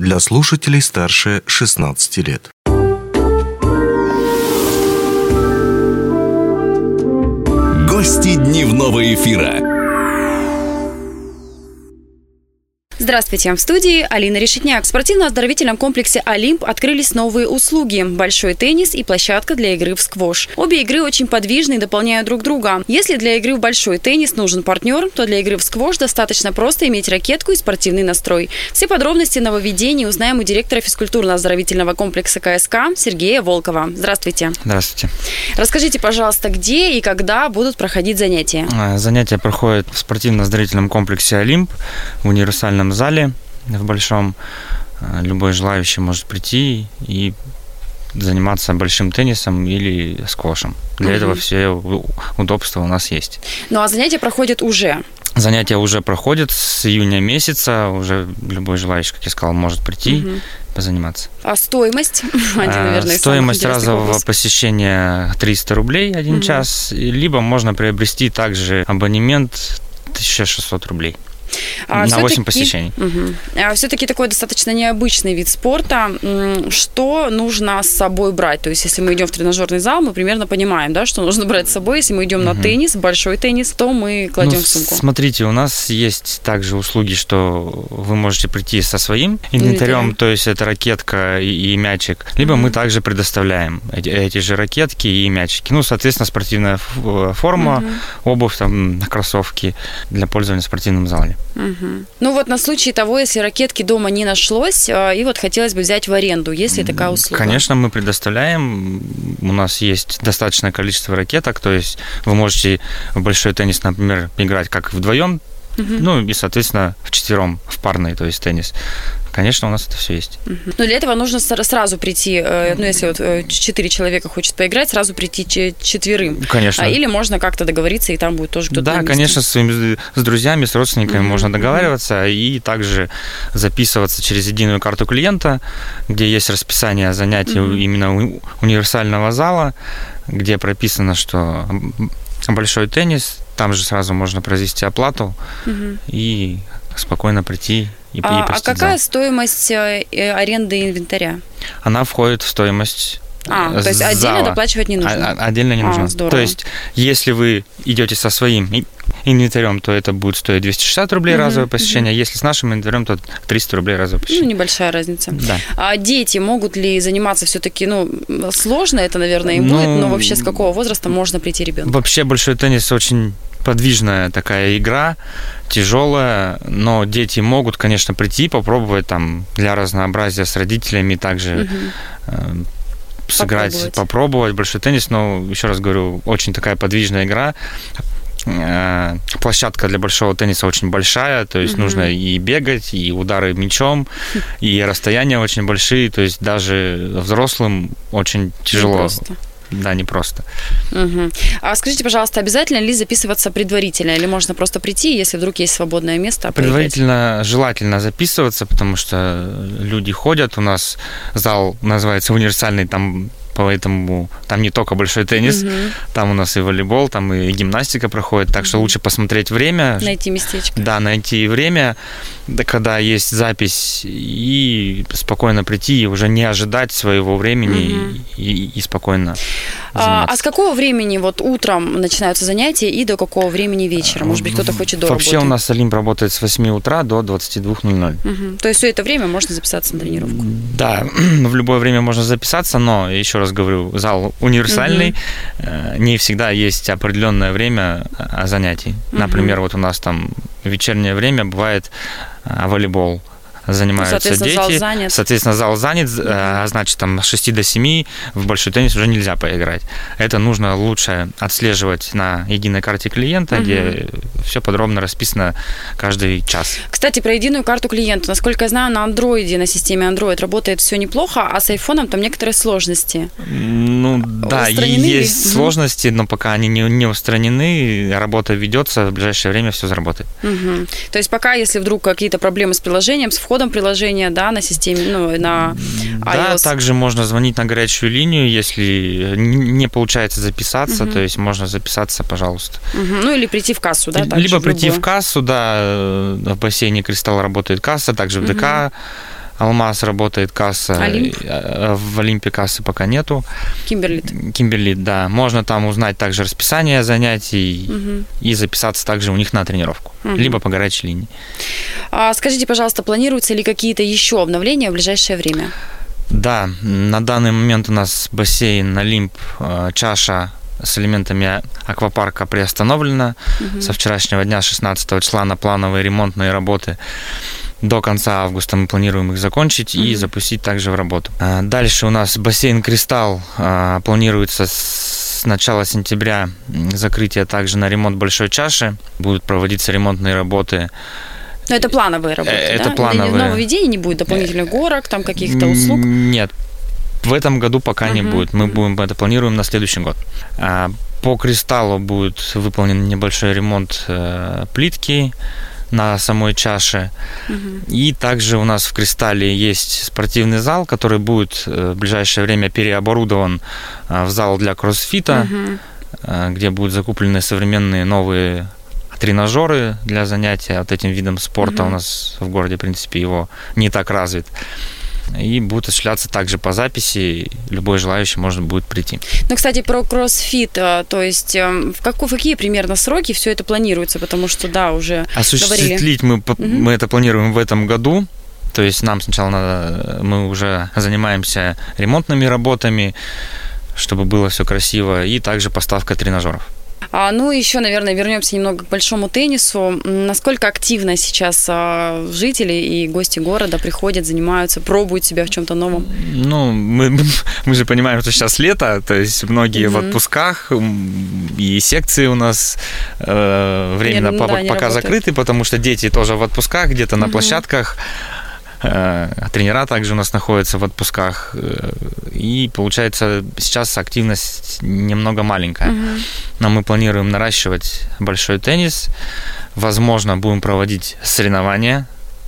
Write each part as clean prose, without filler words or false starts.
для слушателей старше 16 лет. Гости дневного эфира. Здравствуйте, в студии Алина Решетняк. В спортивно-оздоровительном комплексе «Олимп» открылись новые услуги – большой теннис и площадка для игры в сквош. Обе игры очень подвижны и дополняют друг друга. Если для игры в большой теннис нужен партнер, то для игры в сквош достаточно просто иметь ракетку и спортивный настрой. Все подробности нововведений узнаем у директора физкультурно-оздоровительного комплекса КСК Сергея Волкова. Здравствуйте. Здравствуйте. Расскажите, пожалуйста, где и когда будут проходить занятия? Занятия проходят в спортивно-оздоровительном комплексе «Олимп» в универсальном зале, в большом. Любой желающий может прийти и заниматься большим теннисом или сквошем. Для этого все удобства у нас есть. Ну а занятия проходят уже? Занятия уже проходят с июня месяца. Уже любой желающий, как я сказал, может прийти позаниматься. А стоимость? Стоимость разового посещения 300 рублей 1 час. Либо можно приобрести также абонемент 1600 рублей. На 8 посещений. Все-таки такой достаточно необычный вид спорта. Что нужно с собой брать? То есть, если мы идем в тренажерный зал, мы примерно понимаем, да, что нужно брать с собой. Если мы идем на теннис, большой теннис, то мы кладем в сумку. Смотрите, у нас есть также услуги, что вы можете прийти со своим инвентарем, то есть это ракетка и мячик, либо мы также предоставляем эти же ракетки и мячики. Ну, соответственно, спортивная форма, обувь, там, кроссовки для пользования в спортивном зале. Ну вот на случай того, если ракетки дома не нашлось, и вот хотелось бы взять в аренду, есть ли такая услуга? Конечно, мы предоставляем. У нас есть достаточное количество ракеток, то есть вы можете в большой теннис, например, играть как вдвоем, ну и, соответственно, вчетвером, в парный, то есть теннис. Конечно, у нас это все есть. Но для этого нужно сразу прийти, ну, если вот 4 человека хочет поиграть, сразу прийти 4. Конечно. Или можно как-то договориться, и там будет тоже кто-то. Да, конечно, с друзьями, с родственниками можно договариваться и также записываться через единую карту клиента, где есть расписание занятий именно универсального зала, где прописано, что большой теннис, там же сразу можно произвести оплату и спокойно прийти и посетить какая зал. Стоимость аренды инвентаря? Она входит в стоимость то есть отдельно доплачивать не нужно? Отдельно не нужно. Здорово. То есть, если вы идете со своим инвентарем, то это будет стоить 260 рублей разовое посещение. Если с нашим инвентарем, то 300 рублей разовое посещение. Ну, небольшая разница. Да. А дети могут ли заниматься все-таки, сложно это, наверное, им будет, но вообще с какого возраста можно прийти ребенку? Вообще большой теннис очень подвижная такая игра, тяжелая, но дети могут, конечно, прийти, попробовать там для разнообразия с родителями также сыграть, попробовать большой теннис, но, еще раз говорю, очень такая подвижная игра. Площадка для большого тенниса очень большая, то есть нужно и бегать, и удары мячом, и расстояния очень большие, то есть даже взрослым очень тяжело. Непросто. Да, непросто. А скажите, пожалуйста, обязательно ли записываться предварительно, или можно просто прийти, если вдруг есть свободное место? Предварительно желательно записываться, потому что люди ходят, у нас зал называется универсальный, там поэтому там не только большой теннис, там у нас и волейбол, там и гимнастика проходит, так что лучше посмотреть время. Найти местечко. Да, найти время, когда есть запись, и спокойно прийти, и уже не ожидать своего времени и спокойно заниматься. А с какого времени вот утром начинаются занятия и до какого времени вечера? Может быть, кто-то хочет до работы? Вообще у нас Олимп работает с 8 утра до 22:00. То есть все это время можно записаться на тренировку? Да, в любое время можно записаться, но, еще раз говорю, зал универсальный, не всегда есть определенное время занятий. Например, вот у нас там вечернее время бывает волейбол. Занимаются дети. Зал занят. Соответственно, зал занят, значит, там с 6 до 7 в большой теннис уже нельзя поиграть. Это нужно лучше отслеживать на единой карте клиента, где все подробно расписано каждый час. Кстати, про единую карту клиента. Насколько я знаю, на Android, на системе Android работает все неплохо, а с айфоном там некоторые сложности. Ну, да, есть сложности, но пока они не устранены, работа ведется, в ближайшее время все заработает. То есть пока, если вдруг какие-то проблемы с приложением, с входом приложения, да, на системе, на iOS. Да, также можно звонить на горячую линию, если не получается записаться, то есть можно записаться, пожалуйста. Ну, или прийти в кассу, да? Либо прийти в кассу, да, в бассейне «Кристалл» работает касса, также в ДК Алмаз работает касса. Олимп? В Олимпе кассы пока нету. Кимберлит, да. Можно там узнать также расписание занятий и записаться также у них на тренировку. Либо по горячей линии. Скажите, пожалуйста, планируются ли какие-то еще обновления в ближайшее время? Да, на данный момент у нас бассейн Олимп, чаша с элементами аквапарка приостановлена. Со вчерашнего дня, 16 числа, на плановые ремонтные работы. До конца августа мы планируем их закончить и запустить также в работу. Дальше у нас бассейн «Кристалл». Планируется с начала сентября закрытие также на ремонт большой чаши. Будут проводиться ремонтные работы. Но это плановые работы, это да? Плановые. Нововведений не будет, дополнительных горок, там каких-то услуг? Нет. В этом году пока не будет. Мы это планируем на следующий год. По «Кристаллу» будет выполнен небольшой ремонт плитки на самой чаше. И также у нас в «Кристалле» есть спортивный зал, который будет в ближайшее время переоборудован в зал для кроссфита, где будут закуплены современные новые тренажеры для занятия вот этим видом спорта. У нас в городе, в принципе, его не так развит. И будут осуществляться также по записи. Любой желающий может будет прийти. Ну, кстати, про кроссфит, то есть в какие примерно сроки все это планируется? Потому что, да, уже осуществить мы это планируем в этом году. То есть нам сначала мы уже занимаемся ремонтными работами, чтобы было все красиво, и также поставка тренажеров. Ну, еще, наверное, вернемся немного к большому теннису. Насколько активно сейчас жители и гости города приходят, занимаются, пробуют себя в чем-то новом? Ну, мы же понимаем, что сейчас лето, то есть многие в отпусках, и секции у нас временно пока закрыты, потому что дети тоже в отпусках, где-то на площадках. Тренера также у нас находятся в отпусках. И получается, сейчас активность немного маленькая. Но мы планируем наращивать большой теннис. Возможно, будем проводить соревнования.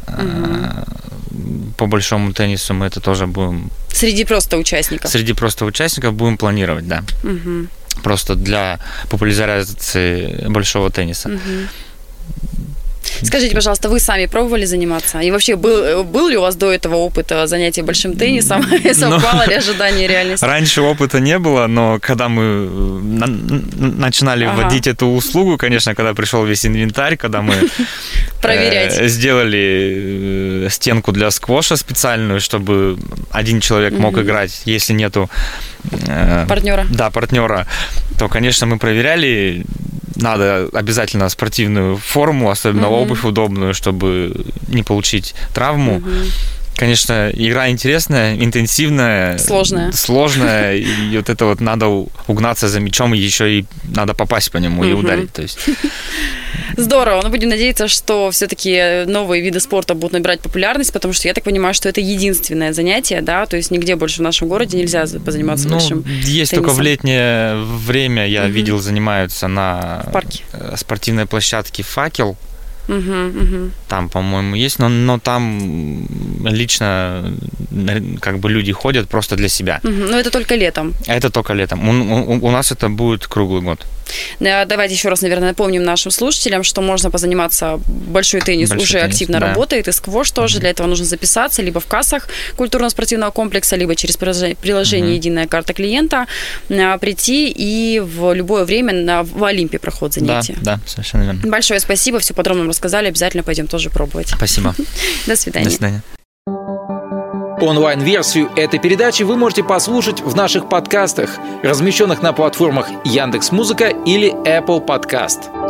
По большому теннису мы это тоже будем... Среди просто участников? Среди просто участников будем планировать, да. Просто для популяризации большого тенниса. Скажите, пожалуйста, вы сами пробовали заниматься? И вообще, был ли у вас до этого опыт занятия большим теннисом? Совпало ли ожидание и реальность? Раньше опыта не было, но когда мы начинали вводить эту услугу, конечно, когда пришел весь инвентарь, когда мы сделали стенку для сквоша специальную, чтобы один человек мог играть, если нету партнера. Да, партнера, то, конечно, мы проверяли. Надо обязательно спортивную форму, особенно обувь удобную, чтобы не получить травму. Конечно, игра интересная, интенсивная. Сложная. И вот это вот надо угнаться за мячом, и еще и надо попасть по нему и ударить. То есть. Здорово. Но будем надеяться, что все-таки новые виды спорта будут набирать популярность, потому что я так понимаю, что это единственное занятие, да, то есть нигде больше в нашем городе нельзя позаниматься большим есть теннисом. Только в летнее время, я видел, занимаются на спортивной площадке «Факел». Там, по-моему, есть, но там лично как бы люди ходят просто для себя. Но это только летом. Это только летом. У нас это будет круглый год. Давайте еще раз, наверное, напомним нашим слушателям, что можно позаниматься. Большой теннис уже активно работает, и сквош тоже. Для этого нужно записаться либо в кассах культурно-спортивного комплекса, либо через приложение «Единая карта клиента» прийти и в любое время в Олимпе проход занятия. Да, совершенно верно. Большое спасибо, все подробно рассказали, обязательно пойдем тоже пробовать. Спасибо. До свидания. До свидания. Онлайн-версию этой передачи вы можете послушать в наших подкастах, размещенных на платформах Яндекс.Музыка или Apple Podcast.